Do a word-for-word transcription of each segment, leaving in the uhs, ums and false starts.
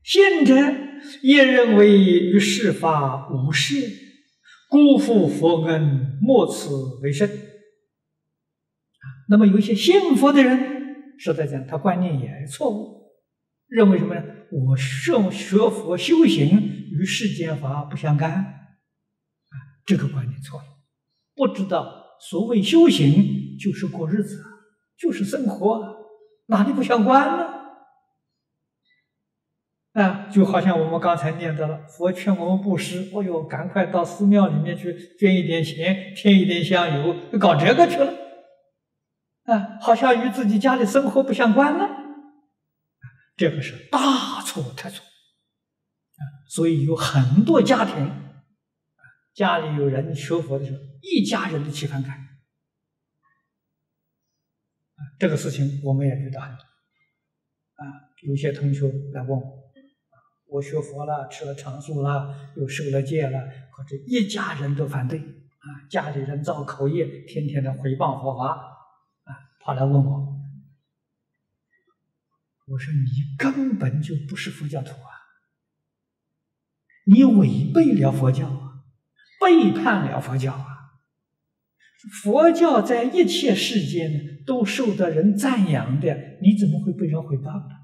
信者也认为于世法无事，辜负佛恩，莫此为甚。那么有一些信佛的人，实在讲他观念也错误，认为什么呢？我学学佛修行与世间法不相干，啊，这个观念错了。不知道所谓修行就是过日子，就是生活，哪里不相关呢？啊，就好像我们刚才念到了，佛劝我们布施，哦哟，赶快到寺庙里面去捐一点钱，添一点香油，搞这个去了，啊，好像与自己家里生活不相关了，这个是大错特错，啊，所以有很多家庭，家里有人学佛的时候，一家人都去看看，啊，这个事情我们也遇到很多，啊，有些同学来问我。我学佛了，吃了长素了，又受了戒了，可是一家人都反对啊！家里人造口业，天天的诽谤佛法啊，跑来问我，我说你根本就不是佛教徒啊，你违背了佛教啊，背叛了佛教啊！佛教在一切世间都受到人赞扬的，你怎么会被人诽谤呢？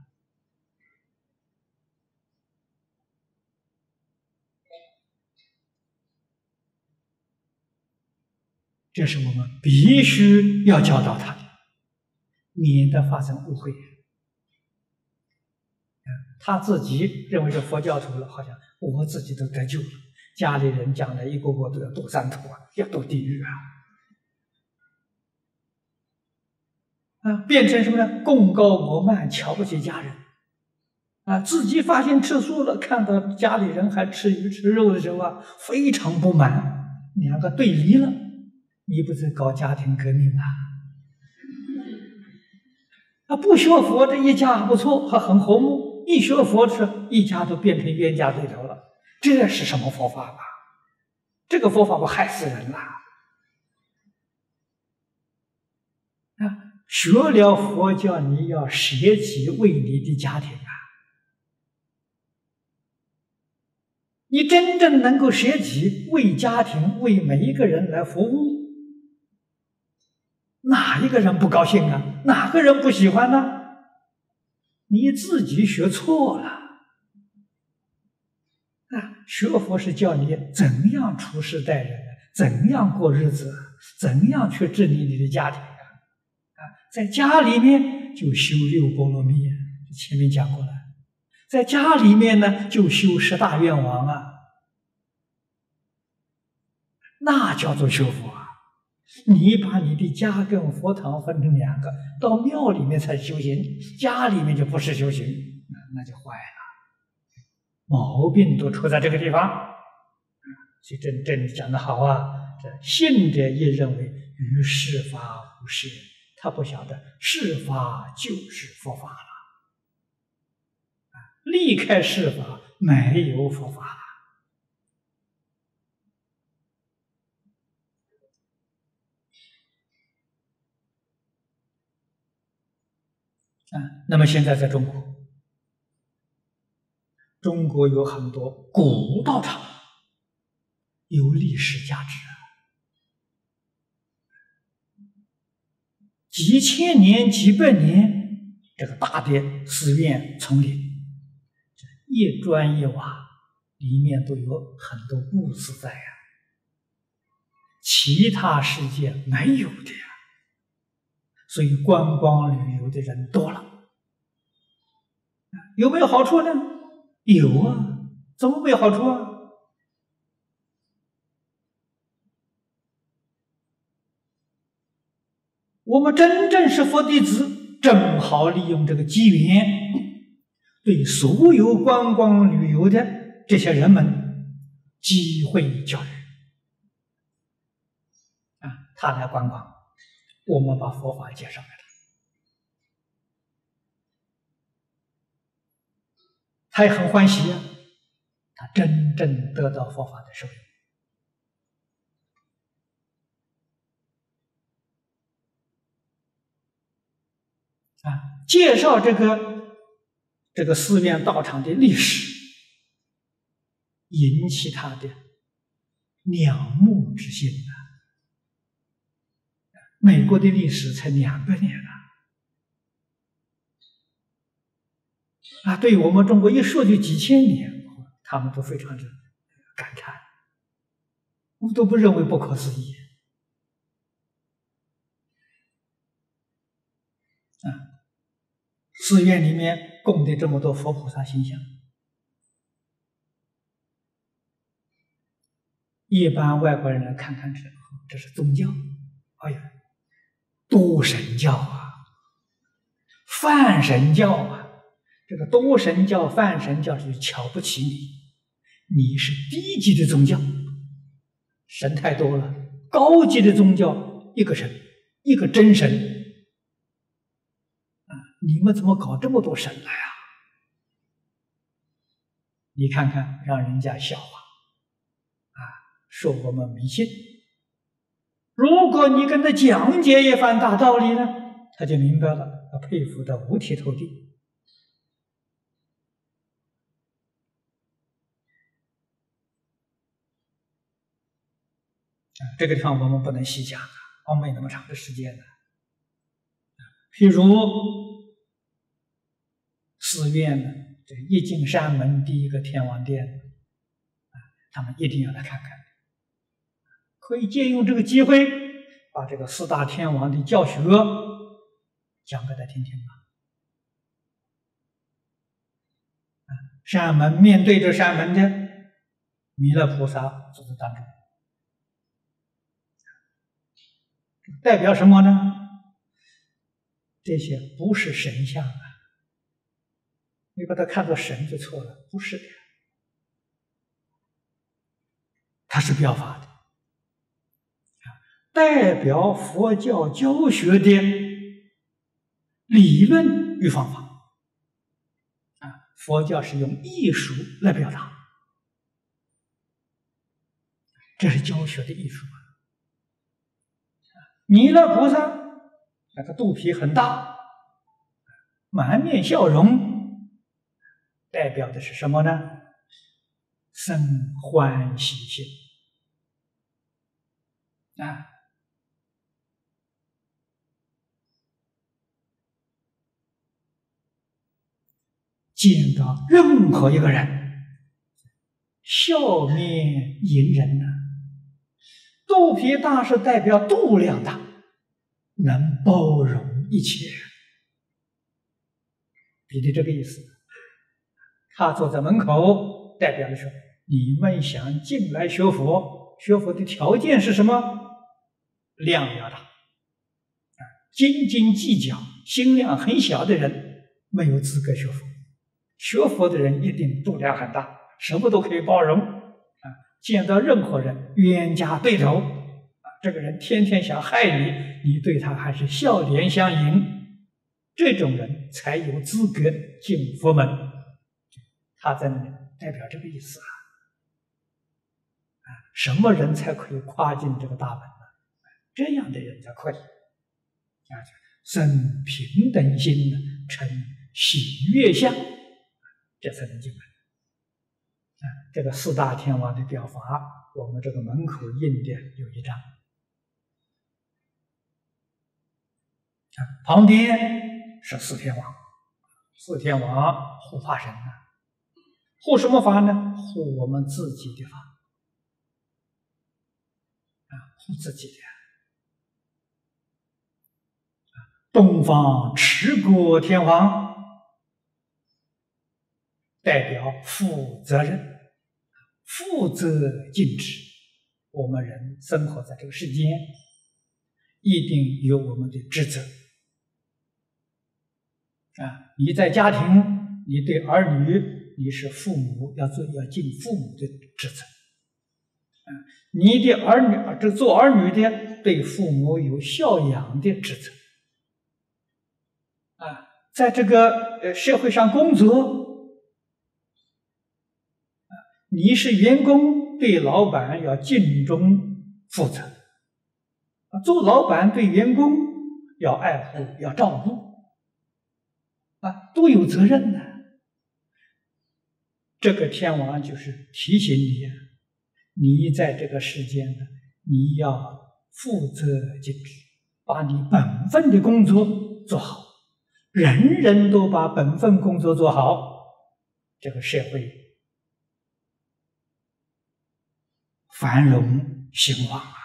这是我们必须要教导他的，免得发生误会。他自己认为是佛教徒了，好像我自己都得救了，家里人将来一个个都要堕三途啊，要堕地狱啊！啊，变成什么呢？贡高我慢，瞧不起家人啊！自己发现吃素了，看到家里人还吃鱼吃肉的时候啊，非常不满，两个对立了。你不是搞家庭革命吗？啊，不学佛的一家不错，还很和睦；一学佛的，一家都变成冤家对头了。这是什么佛法吧？这个佛法不害死人了？啊，学了佛教，你要舍己为你的家庭啊！你真正能够舍己为家庭，为每一个人来服务。哪一个人不高兴啊？哪个人不喜欢呢？你自己学错了啊！学佛是教你怎样处事待人，怎样过日子，怎样去治理你的家庭啊！啊，在家里面就修六波罗蜜，前面讲过了，在家里面呢就修十大愿王啊，那叫做修佛啊！你把你的家跟佛堂分成两个，到庙里面才修行，家里面就不是修行，那那就坏了，毛病都出在这个地方。所以真正讲得好啊，这信者也认为于世法无事，他不晓得世法就是佛法了，离开世法没有佛法了。啊，那么现在在中国，中国有很多古道场，有历史价值，几千年、几百年，这个大的寺院丛林，一砖一瓦里面都有很多故事在呀，其他世界没有的呀。所以观光旅游的人多了，有没有好处呢？有啊，怎么没有好处啊？我们真正是佛弟子，正好利用这个机缘，对所有观光旅游的这些人们机会教育啊，他来观光，我们把佛法介绍给他，他也很欢喜啊，他真正得到佛法的受用啊。介绍这个这个寺院道场的历史，引起他的仰慕之心啊！美国的历史才两百年了啊，对我们中国一说就几千年，他们都非常的感叹，我们都不认为不可思议啊！寺院里面供的这么多佛菩萨形象，一般外国人来看看之后，这是宗教，哎呀，多神教啊，泛神教啊！这个多神教、泛神教是瞧不起你，你是低级的宗教，神太多了。高级的宗教一个神，一个真神啊！你们怎么搞这么多神来啊？你看看，让人家笑话啊，说我们迷信。如果你跟他讲解一番大道理呢，他就明白了，他佩服的五体投地。这个地方我们不能细讲啊，我们没那么长的时间呢。譬如寺院呢，这一进山门第一个天王殿啊，他们一定要来看看，可以借用这个机会，把这个四大天王的教学讲给他听听吧。啊，山门面对着山门的弥勒菩萨坐在当中。代表什么呢？这些不是神像啊，你把它看作神就错了，不是的，它是表法的，代表佛教教学的理论与方法啊。佛教是用艺术来表达，这是教学的艺术啊。弥勒菩萨那个肚皮很大，满面笑容，代表的是什么呢？生欢喜心啊！见到任何一个人，笑面迎人呢、啊。肚皮大是代表度量大，能包容一切，比的这个意思。他坐在门口，代表的是你们想进来学佛，学佛的条件是什么？量要大啊，斤斤计较、心量很小的人没有资格学佛。学佛的人一定度量很大，什么都可以包容。见到任何人冤家对头啊，这个人天天想害你，你对他还是笑脸相迎，这种人才有资格进佛门。他在那里代表这个意思啊！啊，什么人才可以跨进这个大门呢？这样的人才可以啊，生平等心，成喜悦相，这才能进门。啊，这个四大天王的表法，我们这个门口印的有一张。啊，旁边是四天王，四天王护法神呢，护什么法呢？护我们自己的法，啊，护自己的。啊，东方持国天王代表负责任。负责尽职，我们人生活在这个世间，一定有我们的职责啊！你在家庭，你对儿女，你是父母，要做要尽父母的职责啊！你的儿女，这做儿女的对父母有孝养的职责啊！在这个呃社会上工作。你是员工，对老板要尽忠负责；做老板对员工要爱护、要照顾，啊，都有责任的。 这个天王就是提醒你啊，你在这个世间呢，你要负责尽职，把你本分的工作做好。人人都把本分工作做好，这个社会繁荣兴旺啊！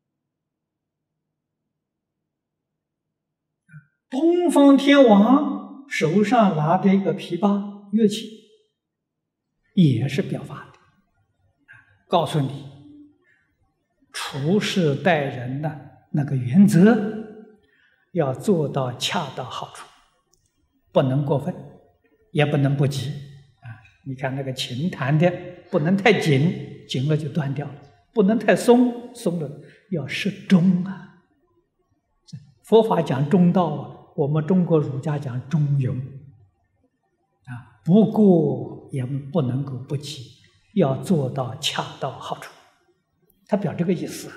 东方天王手上拿着一个琵琶乐器，也是表法的，告诉你处事待人的那个原则要做到恰到好处，不能过分，也不能不急啊！你看那个琴弹的不能太紧，紧了就断掉了；不能太松，松了要适中啊！佛法讲中道啊，我们中国儒家讲中庸啊，不过也不能够不急，要做到恰到好处。他表这个意思啊！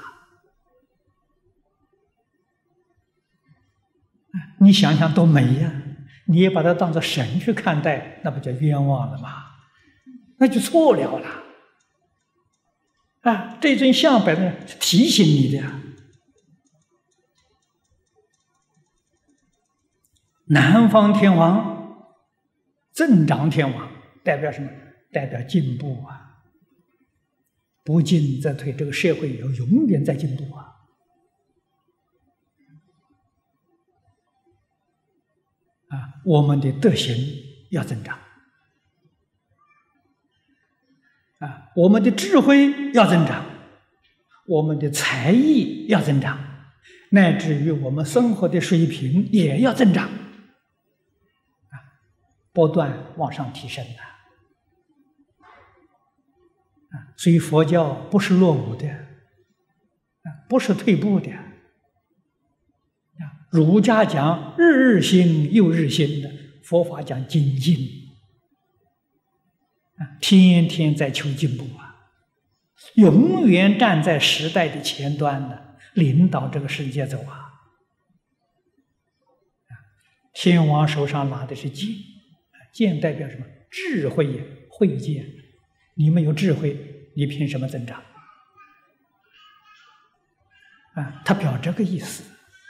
你想想多美呀！你也把它当作神去看待，那不叫冤枉了吗？那就错了了。啊，这尊像摆在是提醒你的呀。南方天王、增长天王代表什么？代表进步啊！不进则退，这个社会要永远在进步啊！啊，我们的德行要增长，啊，我们的智慧要增长，我们的才艺要增长，乃至于我们生活的水平也要增长，啊，不断往上提升的。啊，所以佛教不是落伍的，啊，不是退步的。儒家讲日日新又日新的，佛法讲精进，啊，天天在求进步啊，永远站在时代的前端的，领导这个世界走啊。天王手上拿的是剑，剑代表什么？智慧呀，慧剑。你没有智慧，你凭什么增长？啊，他表这个意思。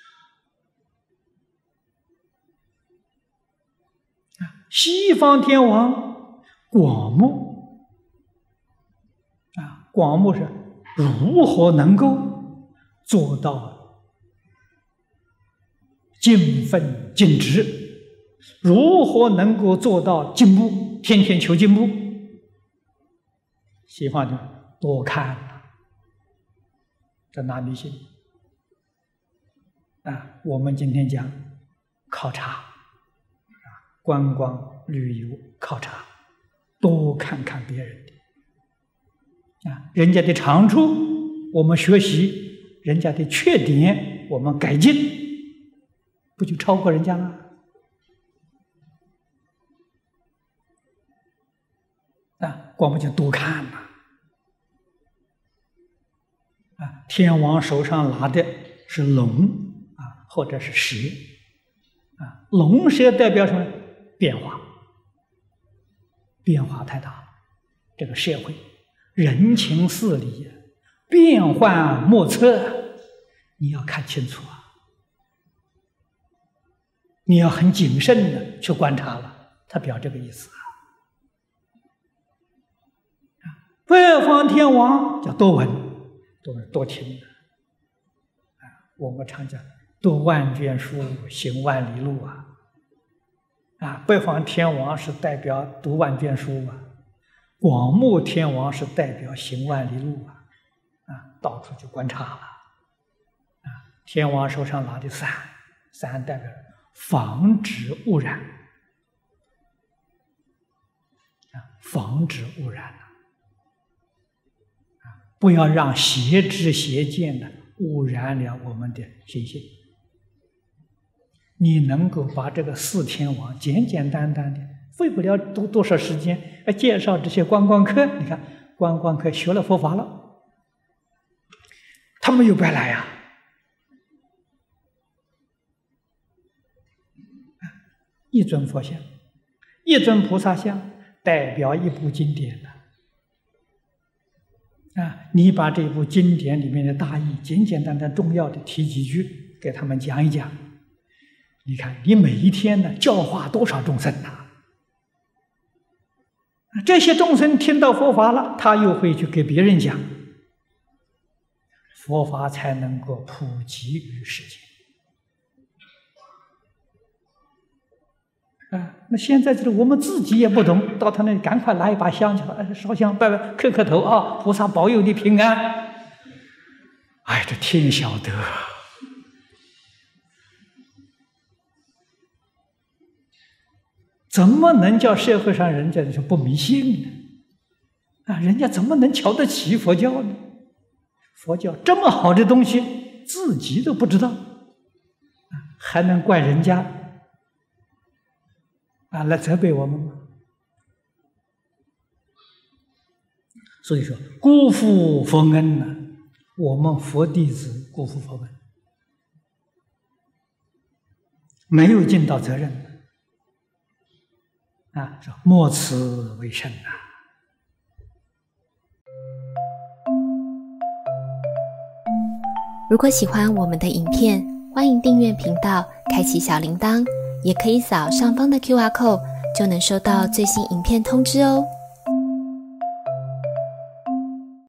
西方天王广目啊，广目是如何能够做到尽分尽职？如何能够做到进步？天天求进步。西方就多看，这哪迷信啊？我们今天讲考察。观光旅游考察，多看看别人的啊，人家的长处我们学习，人家的缺点我们改进，不就超过人家了？啊，光不就多看嘛！啊，天王手上拿的是龙啊，或者是蛇啊，龙蛇代表什么？变化，变化太大了。这个社会人情事理变幻莫测，你要看清楚啊！你要很谨慎的去观察了。他表这个意思啊。北方天王叫多闻，多多听的啊。我们常讲读万卷书，行万里路啊。啊，北方天王是代表读万卷书啊，广目天王是代表行万里路啊，啊，到处去观察了。啊，天王手上拿的伞，伞代表防止污染，啊，防止污染啊，啊，不要让邪知邪见的污染了我们的心性。你能够把这个四天王简简单单的，费不了多多少时间，来介绍这些观光客。你看，观光客学了佛法了，他没有白来呀、啊！一尊佛像，一尊菩萨像， 代表一部经典了。啊，你把这部经典里面的大意简简单单重要的提几句给他们讲一讲，你看你每一天呢教化多少众生呐！这些众生听到佛法了，他又会去给别人讲，佛法才能够普及于世界。啊，那现在这个我们自己也不懂，到他那里赶快拿一把香去了，烧香拜拜，磕磕头啊，菩萨保佑你平安。哎，这天晓得，怎么能叫社会上人家说不迷信呢？啊，人家怎么能瞧得起佛教呢？佛教这么好的东西，自己都不知道，啊，还能怪人家？啊，来责备我们吗？所以说，辜负佛恩呢，我们佛弟子辜负佛恩，没有尽到责任啊！说莫此为甚啊！ 如果喜欢我们的影片，欢迎订阅频道，开启小铃铛。也可以扫上方的 Q R code， 就能收到最新影片通知哦。